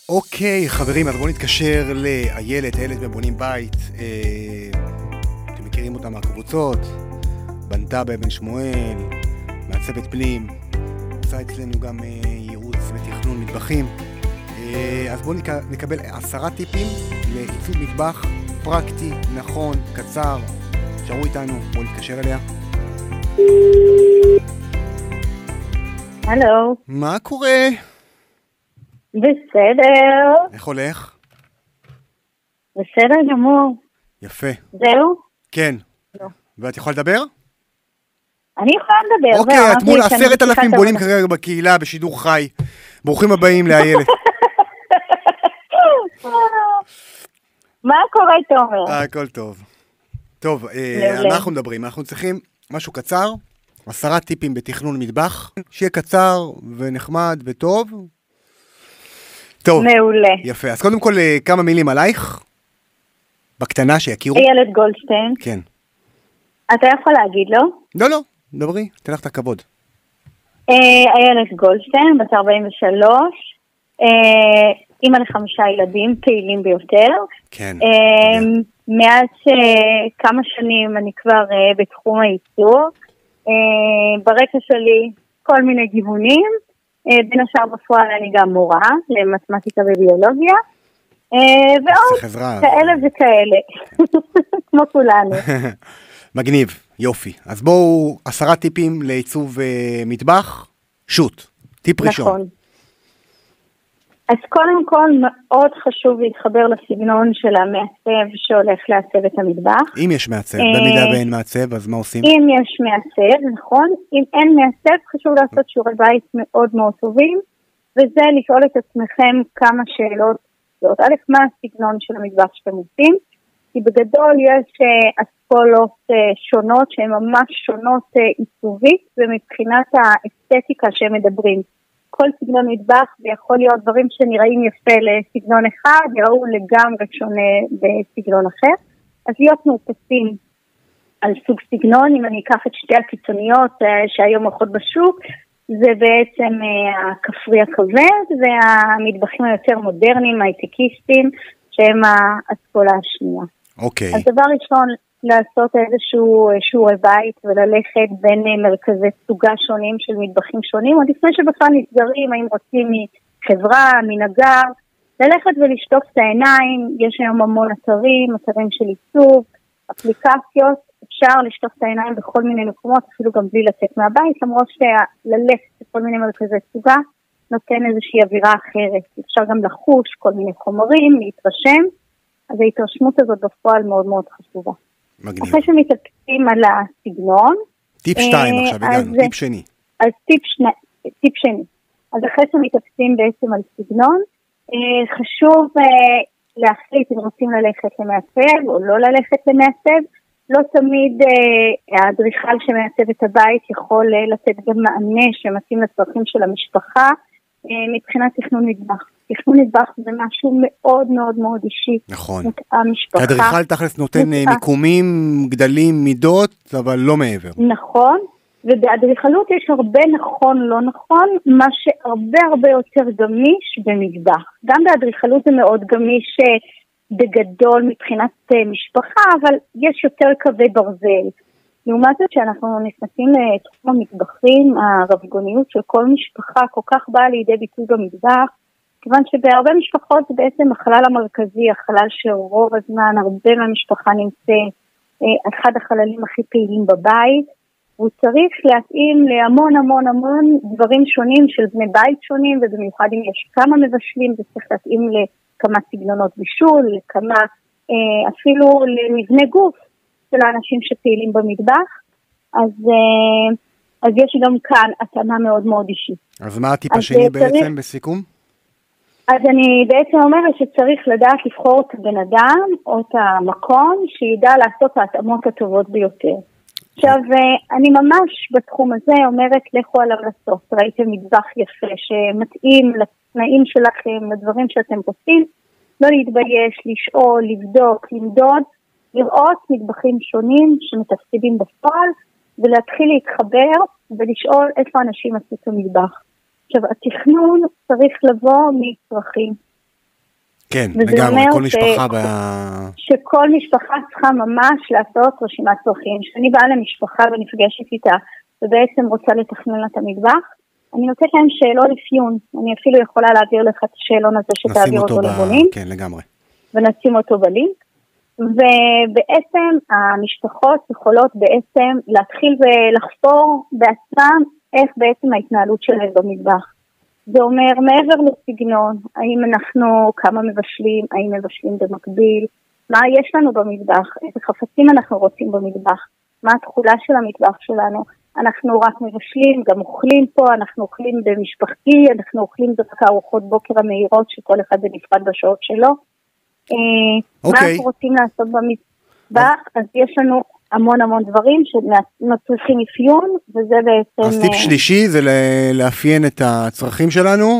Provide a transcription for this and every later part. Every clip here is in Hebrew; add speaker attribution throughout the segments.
Speaker 1: אוקיי, חברים, אז בואו נתקשר לאיילת, איילת מבונים בית. אתם מכירים אותה מהקבוצות, בנתה באבן שמואל, מעצבת פנים, עושה אצלנו גם ייעוץ ותכנון מטבחים. אז בואו נקבל 10 טיפים לעיצוב מטבח פרקטי, נכון, קצר. תשארו איתנו, בואו נתקשר אליה.
Speaker 2: הלו.
Speaker 1: מה קורה?
Speaker 2: בסדר.
Speaker 1: איך הולך?
Speaker 2: בסדר גמור.
Speaker 1: יפה.
Speaker 2: זהו?
Speaker 1: כן.
Speaker 2: לא.
Speaker 1: ואת יכולה לדבר?
Speaker 2: אני יכולה לדבר.
Speaker 1: אוקיי, את מול 10,000 בונים כרגע בקהילה בשידור חי. ברוכים הבאים לאיילת.
Speaker 2: מה קורה, תומר?
Speaker 1: הכל טוב. טוב, אנחנו מדברים, אנחנו צריכים משהו קצר, 10 טיפים בתכנון מטבח, שיהיה קצר ונחמד וטוב. טוב.
Speaker 2: מעולה.
Speaker 1: יפה, אז קודם כל כמה מילים עלייך, בקטנה שיכירו.
Speaker 2: איילת גולדשטיין.
Speaker 1: כן.
Speaker 2: אתה יכול להגיד לו?
Speaker 1: לא, דברי, תן לך את הכבוד.
Speaker 2: איילת גולדשטיין, בת 43, אימא ל5 ילדים, פעילים ביותר.
Speaker 1: כן.
Speaker 2: מאז כמה שנים אני כבר בתחום הייצור. ברקע שלי כל מיני גיוונים, בין השאר בפועל אני גם מורה למתמטיקה וביולוגיה, ועוד כאלה וכאלה, כמו כולנו.
Speaker 1: מגניב, יופי. אז בואו 10 טיפים לעיצוב מטבח, שוט, טיפ ראשון.
Speaker 2: נכון. אז קודם כל מאוד חשוב להתחבר לסגנון של המעצב שהולך לעצב את המטבח.
Speaker 1: אם יש מעצב, במידה ואין מעצב, אז מה עושים?
Speaker 2: אם יש מעצב, נכון. אם אין מעצב, חשוב לעשות שיעורי בית מאוד מאוד טובים, וזה לשאול את עצמכם כמה שאלות. א', מה הסגנון של המטבח שאתם עושים? כי בגדול יש אסכולות שונות שהן ממש שונות עיצובית, ומבחינת האסתטיקה שהם מדברים. כל סגנון מטבח, ויכול להיות דברים שנראים יפה לסגנון אחד, יראו לגמרי שונה בסגנון אחר. אז להיות מאופסים על סוג סגנון, אם אני אקח את שתי הקיצוניות שהיום הולכות בשוק, זה בעצם הכפרי הכבד, והמטבחים היותר מודרניים, הייטקיסטים, שהם האסכולה השנייה.
Speaker 1: אוקיי.
Speaker 2: אז דבר ראשון, לעשות איזשהו שיעורי בית וללכת בין מרכזי סוגה שונים של מטבחים שונים, עוד לפני שבכלל נסגרים, האם רוצים מחברה, מנגר, ללכת ולשטוף את העיניים. יש היום המון אתרים של עיצוב, אפליקציות, אפשר לשטוף את העיניים בכל מיני מקומות, אפילו גם בלי לצאת מהבית, למרות שללכת בכל מיני מרכזי סוגה נותן איזושהי אווירה אחרת. אפשר גם לחוש כל מיני חומרים, להתרשם, אז ההתרשמות הזאת בפועל מאוד מאוד חשובה.
Speaker 1: מגניב.
Speaker 2: אחרי שמתעסקים על הסגנון.
Speaker 1: טיפ 2 עכשיו הגענו, טיפ שני.
Speaker 2: אז טיפ שני. אז אחרי שמתעסקים בעצם על סגנון, חשוב להחליט אם רוצים ללכת למעצב או לא ללכת למעצב. לא תמיד האדריכל שמעצב את הבית יכול לתת גם מענה שמתאים לצרכים של המשפחה מבחינת תכנון מטבח. תכנון מטבח זה משהו מאוד מאוד מאוד אישי.
Speaker 1: נכון.
Speaker 2: המשפחה.
Speaker 1: האדריכל תכלס נותן מיקומים, גדלים, מידות, אבל לא מעבר.
Speaker 2: נכון, ובאדריכלות יש הרבה נכון, לא נכון, מה שהרבה הרבה יותר גמיש במטבח. גם באדריכלות זה מאוד גמיש בגדול מבחינת משפחה, אבל יש יותר קווי ברזל. לעומת זאת שאנחנו נכנסים לתחום המטבחים, הרבגוניות של כל משפחה כל כך באה לידי ביטוי במטבח, כיוון שבהרבה משפחות זה בעצם החלל המרכזי, החלל שרוב הזמן הרבה מהמשפחה נמצא אחד החללים הכי פעילים בבית, והוא צריך להתאים להמון המון המון דברים שונים של בני בית שונים, ובמיוחד אם יש כמה מבשלים, זה צריך להתאים לכמה סגנונות בישול, לכמה אפילו למבנה גוף של האנשים שפעילים במטבח, אז יש גם כאן התאמה מאוד מאוד אישית.
Speaker 1: אז מה הטיפ השני בעצם בסיכום?
Speaker 2: אז אני בעצם אומרת שצריך לדעת לבחור את הבן אדם או את המקום שידע לעשות את ההתאמות הטובות ביותר. עכשיו, אני ממש בתחום הזה אומרת לכו על המלצות. ראיתם מטבח יפה שמתאים לתנאים שלכם, לדברים שאתם רוצים, לא להתבייש, לשאול, לבדוק, למדוד, לראות מטבחים שונים שמתפקדים בפועל, ולהתחיל להתחבר ולשאול איפה אנשים עשו את המטבח. עכשיו, התכנון צריך לבוא מצרכים.
Speaker 1: כן, לגמרי, כל משפחה
Speaker 2: שכל משפחה צריכה ממש לעשות רשימת צרכים. כשאני באה למשפחה ונפגשת איתה, ובעצם רוצה לתכנן את המטבח, אני נותנת להם שאלון אפיון. אני אפילו יכולה להעביר לך את השאלון הזה שתעביר אותו לבונים.
Speaker 1: כן, לגמרי.
Speaker 2: ונשים אותו בלינק. ובעצם המשפחות יכולות בעצם להתחיל ולחפור בעצמם איך בעצם ההתנהלות שלהם במטבח. זה אומר מעבר לסגנון, האם אנחנו כמה מבשלים, האם מבשלים במקביל, מה יש לנו במטבח, איזה חפצים אנחנו רוצים במטבח, מה התכולה של המטבח שלנו, אנחנו רק מבשלים, גם אוכלים פה, אנחנו אוכלים במשפחתי, אנחנו אוכלים דווקא ארוחות בוקר המהירות שכל אחד בנפרד בשעות שלו. מה אנחנו רוצים לעשות במטבח, אז יש לנו המון דברים שמצריכים אפיון, וזה בעצם...
Speaker 1: אז טיפ שלישי זה לאפיין את הצרכים שלנו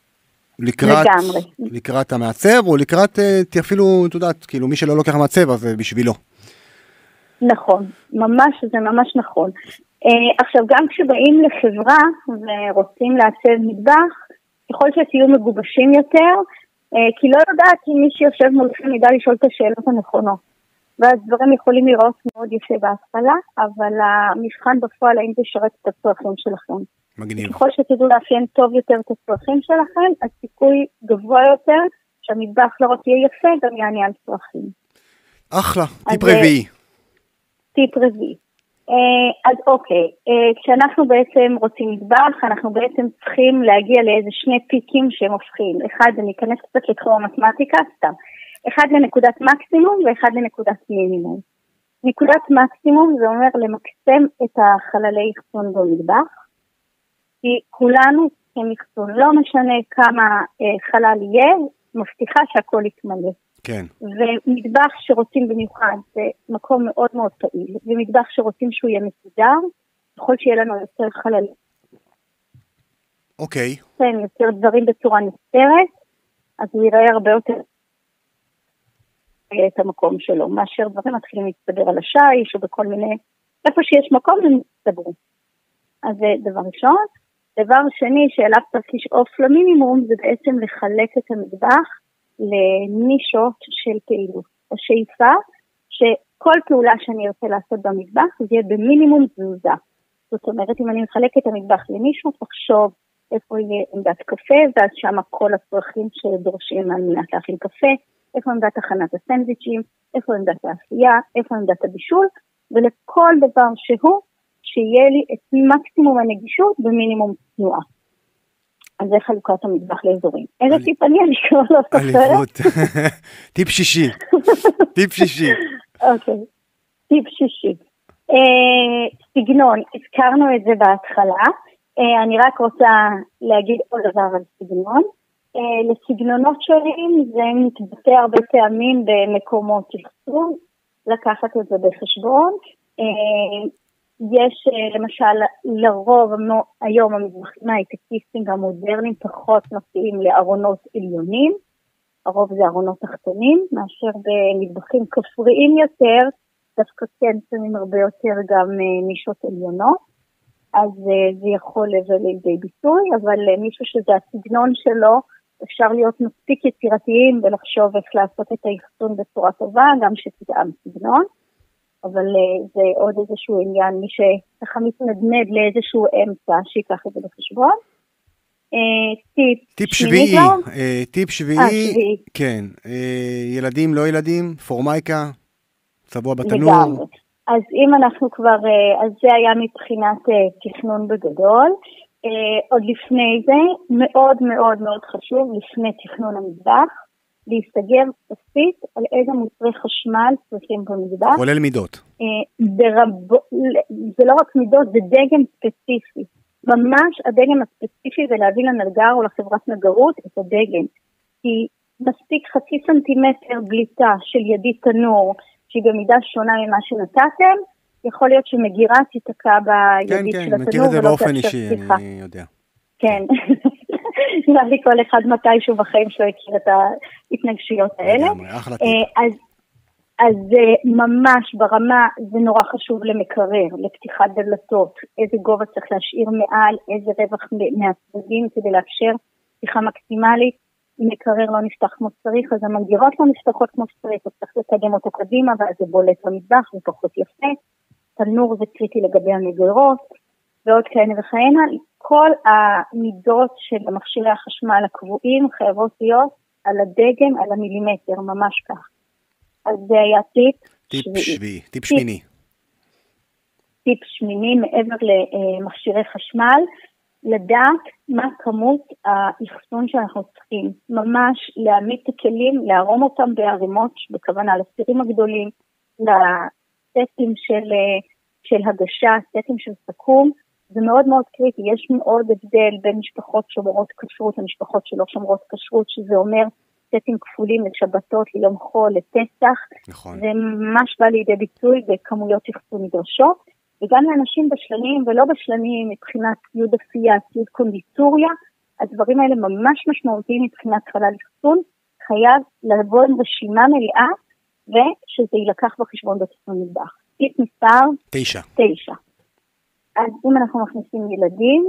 Speaker 1: לקראת המעצב, או לקראת, אפילו, אתה יודעת, כאילו מי שלא לוקח מעצב, אז זה בשבילו.
Speaker 2: נכון, זה ממש נכון. עכשיו, גם כשבאים לחברה ורוצים לעצב מטבח, ככל שתהיו מגובשים יותר, כי לא יודעת אם מי שיושב מולכם ידע לשאול את השאלות הנכונות. ואז דברים יכולים לראות מאוד יפה בהתחלה, אבל המבחן בפועל האם זה שרת את הצרכים שלכם.
Speaker 1: מגניב.
Speaker 2: ככל שתדעו לאפיין טוב יותר את הצרכים שלכם, הסיכוי גבוה יותר שהמטבח לא רק יהיה יפה, גם יענה על צרכים.
Speaker 1: אחלה, טיפ רביעי.
Speaker 2: טיפ רביעי. אז אוקיי, כשאנחנו בעצם רוצים מטבח, אנחנו בעצם צריכים להגיע לאיזה שני פיקים שהם הופכים. אחד, אני אכנס קצת לתחום המתמטיקה, סתם. אחד לנקודת מקסימום ואחד לנקודת מינימום. נקודת מקסימום זה אומר למקסם את החללי אחסון במטבח, כי כולנו צריכים אחסון, לא משנה כמה חלל יהיה, מבטיחה שהכל יתמלא.
Speaker 1: כן.
Speaker 2: ומטבח שרוצים במיוחד זה מקום מאוד מאוד פעיל, ומטבח שרוצים שהוא יהיה מסודר, יכול שיהיה לנו יותר חללים.
Speaker 1: אוקיי.
Speaker 2: כן, יותר דברים בצורה נסתרת, אז הוא יראה הרבה יותר את המקום שלו, מאשר דברים מתחילים להצטבר על השיש, או בכל מיני, איפה שיש מקום הם יצטברו. אז זה דבר ראשון. דבר שני, שאליו צריך לשאוף למינימום, זה בעצם לחלק את המטבח לנישות של פעילות. השאיפה, שכל פעולה שאני ארצה לעשות במטבח, זה יהיה במינימום תזוזה. זאת אומרת, אם אני מחלק את המטבח לנישות, תחשוב איפה יהיה עמדת קפה, ואז שם כל הצרכים שדורשים על מנת להכין קפה, איפה עמדת הכנת הסנדוויצ'ים, איפה עמדת האפייה, איפה עמדת הבישול, ולכל דבר שהוא, שיהיה לי את מקסימום הנגישות במינימום תנועה. אז זה חלוקת המטבח לאזורים. איזה טיפ אני כבר לא סופרת?
Speaker 1: אליפות. טיפ שישי. טיפ שישי.
Speaker 2: אוקיי. טיפ שישי. סגנון, הזכרנו את זה בהתחלה. אני רק רוצה להגיד עוד דבר על סגנון. לסגנונות שונים זה מתבטא הרבה פעמים במקומות אחסון, לקחת את זה בחשבון. יש למשל לרוב היום המטבחים ההייטקיסטים והמודרניים פחות נוטים לארונות עליונים, הרוב זה ארונות תחתונים, מאשר במטבחים כפריים יותר, דווקא כן שמים הרבה יותר גם נישות עליונות, אז זה יכול לבוא לידי ביטוי, אבל מישהו שזה הסגנון שלו, אפשר להיות מספיק יצירתיים ולחשוב איך לעשות את האחסון בצורה טובה, גם שתדעם סגנון. אבל זה עוד איזשהו עניין, מי שככה מתנדנד לאיזשהו אמצע, שיקח את זה בחשבון.
Speaker 1: טיפ שביעי, כן, ילדים, לא ילדים, פורמייקה, צבוע בתנור.
Speaker 2: לגמרי. אז אם אנחנו כבר, אז זה היה מבחינת תכנון בגדול, עוד לפני זה, מאוד מאוד מאוד חשוב, לפני תכנון המטבח, להסתגר ספית על איזה מוצרי חשמל צריכים במטבח.
Speaker 1: כולל מידות.
Speaker 2: זה לא רק מידות, זה דגם ספציפי. ממש הדגם הספציפי זה להביא לנגר או לחברת נגרות את הדגם. כי מספיק חצי סנטימטר בליטה של ידית תנור, שהיא במידה שונה ממה שנתתם, יכול להיות שמגירה תתקע בידית של התנור.
Speaker 1: כן, מכיר את זה באופן אישי, אני יודע.
Speaker 2: כן. נראה לי כל אחד מתישהו בחיים שלו הכיר את ההתנגשויות האלה. אז ממש ברמה, זה נורא חשוב למקרר, לפתיחת דלתות, איזה גובה צריך להשאיר מעל, איזה רווח מהצדדים כדי לאפשר פתיחה מקסימלית. מקרר לא נפתח כמו שצריך, אז המגירות לא נפתחות כמו שצריך, אז צריך לקדם אותו קדימה, ואז זה בולט במטבח, זה פחות יפה. תנור זה קריטי לגבי המגירות, ועוד כהנה וכהנה. כל המידות של מכשירי החשמל הקבועים חייבות להיות על הדגם, על המילימטר, ממש כך. אז זה היה
Speaker 1: טיפ שמיני.
Speaker 2: טיפ שמיני מעבר למכשירי חשמל, לדעת מה כמות האחסון שאנחנו צריכים. ממש להעמיד את הכלים, להרום אותם בערימות, בכוונה לסירים הגדולים, לסטים של הגשה, סטים של סכו"ם. זה מאוד מאוד קריטי. יש מאוד הבדל בין משפחות שומרות כשרות למשפחות שלא שומרות כשרות, שזה אומר סטים כפולים לשבתות, ליום חול, לפסח.
Speaker 1: נכון.
Speaker 2: זה ממש בא לידי ביטוי בכמויות אחסון נדרשות. וגם לאנשים בשלנים ולא בשלנים, מבחינת ציוד אפייה, ציוד קונדיטוריה, הדברים האלה ממש משמעותיים מבחינת חלל אחסון, חייב לבוא עם רשימה מלאה, ושזה יילקח בחשבון בתכנון מטבח. טיפ מספר
Speaker 1: 9.
Speaker 2: אז אם אנחנו מכניסים ילדים,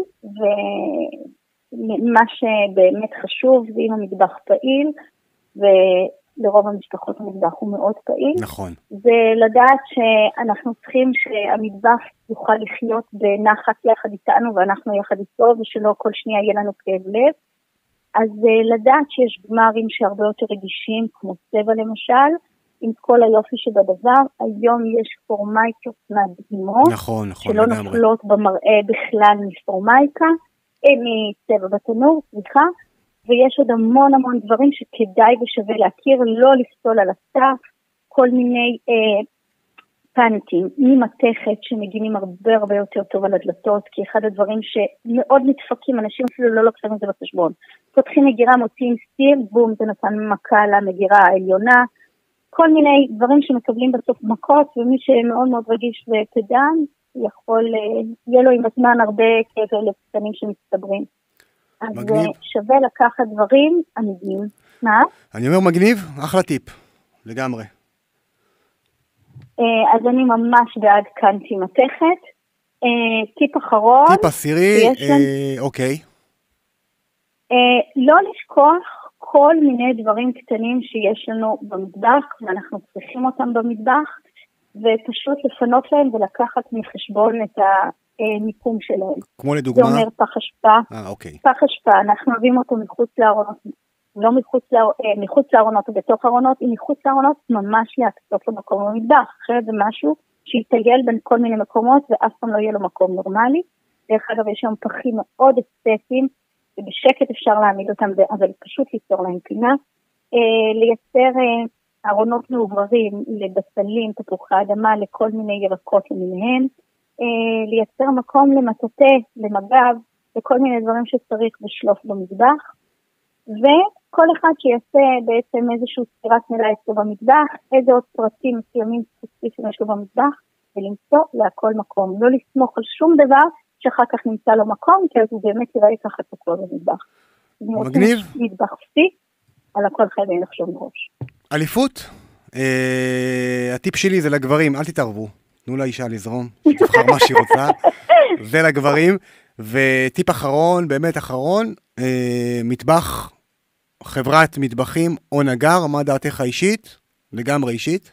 Speaker 2: ומה שבאמת חשוב, זה אם המטבח פעיל, לרוב המשפחות המטבח הוא מאוד פעיל.
Speaker 1: נכון.
Speaker 2: זה לדעת שאנחנו צריכים שהמטבח יוכל לחיות בנחת יחד איתנו, ואנחנו יחד איתו, ושלא כל שנייה יהיה לנו כאב לב. אז לדעת שיש גמרים שהרבה יותר רגישים, כמו צבע למשל, עם כל היופי שבדבר. היום יש פורמייקות מדהימות,
Speaker 1: נכון,
Speaker 2: שלא נופלות במראה בכלל מפורמייקה, מצבע בתנור, סליחה. ויש עוד המון המון דברים שכדאי ושווה להכיר, לא לפסול על הסף, כל מיני פנטים, ממתכת שמגינים הרבה יותר טוב על הדלתות, כי אחד הדברים שמאוד נדפקים, אנשים אפילו לא לוקחים את זה בחשבון. פותחים מגירה, מוציאים סיר, בום, זה נתן מכה למגירה העליונה, כל מיני דברים שמקבלים בסוף מכות, ומי שמאוד מאוד רגיש ופדן, יהיה לו עם הזמן הרבה כאבי לב קטנים שמצטברים. אז
Speaker 1: מגניב.
Speaker 2: שווה לקחת דברים עמידים. מה?
Speaker 1: אני אומר מגניב, אחלה טיפ, לגמרי.
Speaker 2: אז אני ממש בעד קנטי מתכת. טיפ אחרון.
Speaker 1: טיפ עשירי, אוקיי.
Speaker 2: לא לשכוח כל מיני דברים קטנים שיש לנו במטבח, ואנחנו צריכים אותם במטבח, ופשוט לפנות להם ולקחת מחשבון את המיקום שלהם.
Speaker 1: כמו לדוגמה?
Speaker 2: זה אומר פח אשפה.
Speaker 1: אוקיי.
Speaker 2: פח אשפה, אנחנו אוהבים אותו מחוץ לארונות, לא מחוץ לארונות או בתוך ארונות, אם מחוץ לארונות ממש להקצות לו מקום במטבח, אחרת זה משהו שיטייל בין כל מיני מקומות ואף פעם לא יהיה לו מקום נורמלי. דרך אגב, יש שם פחים מאוד אסתטיים, ובשקט אפשר להעמיד אותם, אבל פשוט ליצור להם פינה. לייצר ארונות מעוברים לבצלים, תפוחי אדמה, לכל מיני ירקות למיניהם. לייצר מקום למטאטא, למגב, לכל מיני דברים שצריך בשלוף במטבח. וכל אחד שיעשה בעצם איזשהו ספירת מילה אצלו במטבח, איזה עוד פרטים מסוימים ספציפיים יש לו במטבח, ולמצוא להכל מקום. לא לסמוך על שום דבר שאחר כך נמצא לו מקום, כי אז הוא באמת יראה ככה תקוע במטבח.
Speaker 1: מגניב.
Speaker 2: מטבח פסיק, על הכל חייבים לחשוב מראש.
Speaker 1: אליפות, הטיפ שלי זה לגברים, אל תתערבו. תנו לאישה לזרום, שתבחר מה שהיא רוצה, זה לגברים. וטיפ אחרון, באמת אחרון, מטבח, חברת מטבחים או נגר, מה דעתך אישית? לגמרי אישית?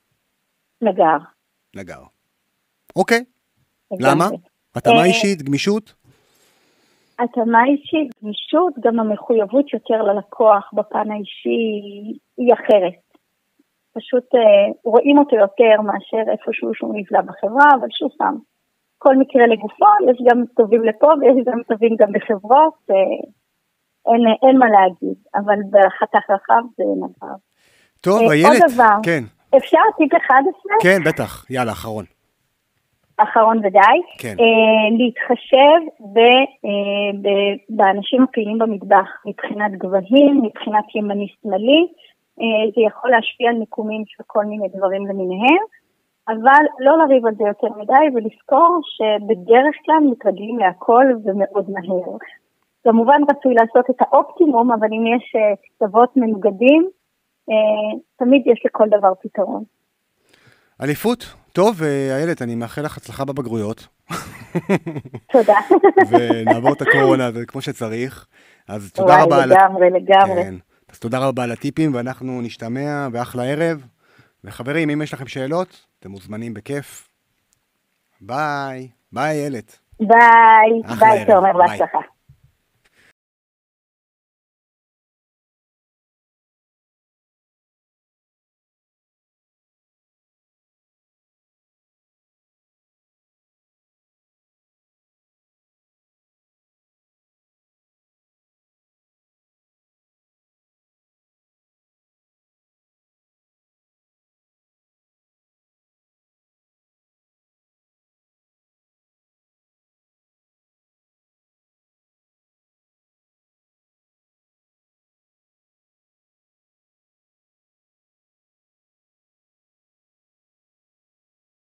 Speaker 1: נגר. אוקיי. למה? התאמה אישית, גמישות?
Speaker 2: התאמה אישית, גמישות, גם המחויבות יותר ללקוח בפן האישי היא אחרת. פשוט רואים אותו יותר מאשר איפשהו שהוא נבלע בחברה, אבל שוב פעם, כל מקרה לגופו, יש גם טובים לפה ויש גם טובים גם בחברות, אין מה להגיד, אבל בחתך רחב זה נגר.
Speaker 1: טוב, איילת,
Speaker 2: עוד דבר,
Speaker 1: כן.
Speaker 2: אפשר טיפ 11?
Speaker 1: כן, בטח, יאללה, אחרון.
Speaker 2: אחרון ודי.
Speaker 1: כן.
Speaker 2: להתחשב באנשים הפעילים במטבח, מבחינת גבהים, מבחינת ימני-שמאלי, זה יכול להשפיע על מיקומים של כל מיני דברים למיניהם, אבל לא לריב על זה יותר מדי, ולזכור שבדרך כלל מתרגלים להכל ומאוד מהר. כמובן רצוי לעשות את האופטימום, אבל אם יש כתבות מנוגדים, תמיד יש לכל דבר פתרון.
Speaker 1: אליפות, טוב, איילת, אני מאחל לך הצלחה בבגרויות.
Speaker 2: תודה.
Speaker 1: ונעבור את הקורונה, זה כמו שצריך. אז תודה רבה.
Speaker 2: לגמרי.
Speaker 1: כן. אז תודה רבה על הטיפים, ואנחנו נשתמע, ואחלה ערב. וחברים, אם יש לכם שאלות, אתם מוזמנים בכיף. ביי. ביי, איילת.
Speaker 2: ביי, ביי, תומר, בהצלחה.